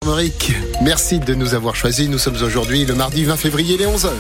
Armorique. Merci de nous avoir choisis. Nous sommes aujourd'hui le mardi 20 février, les 11h.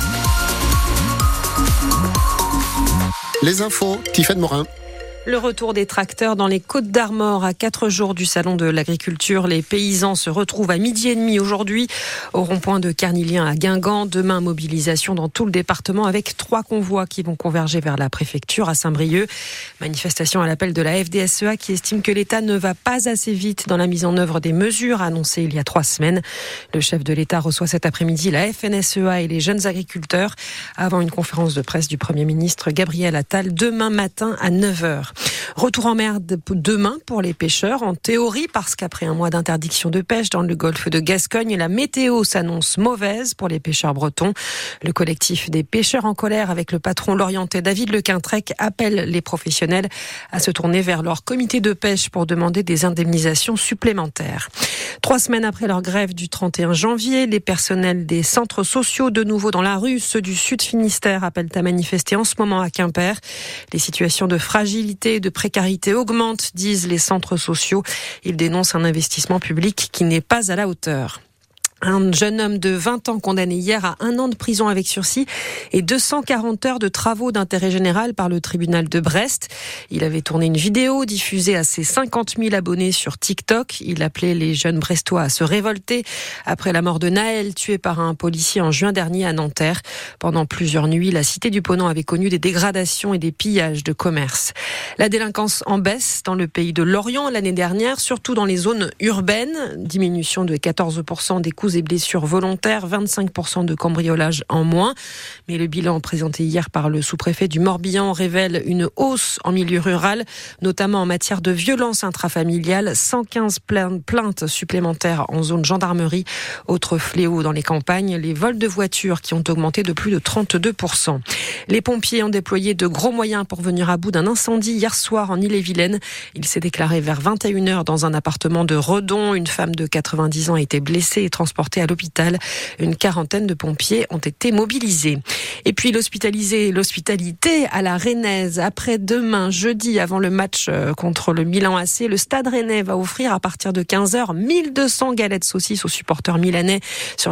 Les infos, Tiffaine Morin. Le retour des tracteurs dans les Côtes-d'Armor à 4 jours du salon de l'agriculture. Les paysans se retrouvent à 12h30 aujourd'hui au rond-point de Carnilien à Guingamp. Demain, mobilisation dans tout le département avec 3 convois qui vont converger vers la préfecture à Saint-Brieuc. Manifestation à l'appel de la FDSEA qui estime que l'État ne va pas assez vite dans la mise en œuvre des mesures annoncées il y a 3 semaines. Le chef de l'État reçoit cet après-midi la FNSEA et les jeunes agriculteurs avant une conférence de presse du Premier ministre Gabriel Attal demain matin à 9h. Retour en mer demain pour les pêcheurs, en théorie, parce qu'après un mois d'interdiction de pêche dans le golfe de Gascogne, la météo s'annonce mauvaise pour les pêcheurs bretons. Le collectif des pêcheurs en colère avec le patron lorientais David Lequintrec appelle les professionnels à se tourner vers leur comité de pêche pour demander des indemnisations supplémentaires. 3 semaines après leur grève du 31 janvier, les personnels des centres sociaux de nouveau dans la rue, ceux du Sud Finistère appellent à manifester en ce moment à Quimper. Les situations de fragilité et de précarité augmentent, disent les centres sociaux. Ils dénoncent un investissement public qui n'est pas à la hauteur. Un jeune homme de 20 ans condamné hier à 1 an de prison avec sursis et 240 heures de travaux d'intérêt général par le tribunal de Brest. Il avait tourné une vidéo diffusée à ses 50 000 abonnés sur TikTok. Il appelait les jeunes brestois à se révolter après la mort de Naël, tué par un policier en juin dernier à Nanterre. Pendant plusieurs nuits, la cité du Ponant avait connu des dégradations et des pillages de commerce. La délinquance en baisse dans le pays de Lorient l'année dernière, surtout dans les zones urbaines. Diminution de 14% des coups et blessures volontaires, 25% de cambriolage en moins. Mais le bilan présenté hier par le sous-préfet du Morbihan révèle une hausse en milieu rural, notamment en matière de violence intrafamiliale, 115 plaintes supplémentaires en zone gendarmerie. Autre fléau dans les campagnes, les vols de voitures qui ont augmenté de plus de 32%. Les pompiers ont déployé de gros moyens pour venir à bout d'un incendie hier soir en Ille-et-Vilaine. Il s'est déclaré vers 21h dans un appartement de Redon. Une femme de 90 ans a été blessée et transportée à l'hôpital. Une quarantaine de pompiers ont été mobilisés. Et puis l'hospitalité à la Rennaise. Après demain, jeudi, avant le match contre le Milan AC, le Stade Rennais va offrir à partir de 15h 1200 galettes saucisses aux supporters milanais sur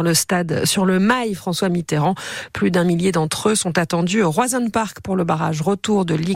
le Mail François Mitterrand. Plus d'1 millier d'entre eux sont attendus au Roison Park pour le barrage retour de Ligue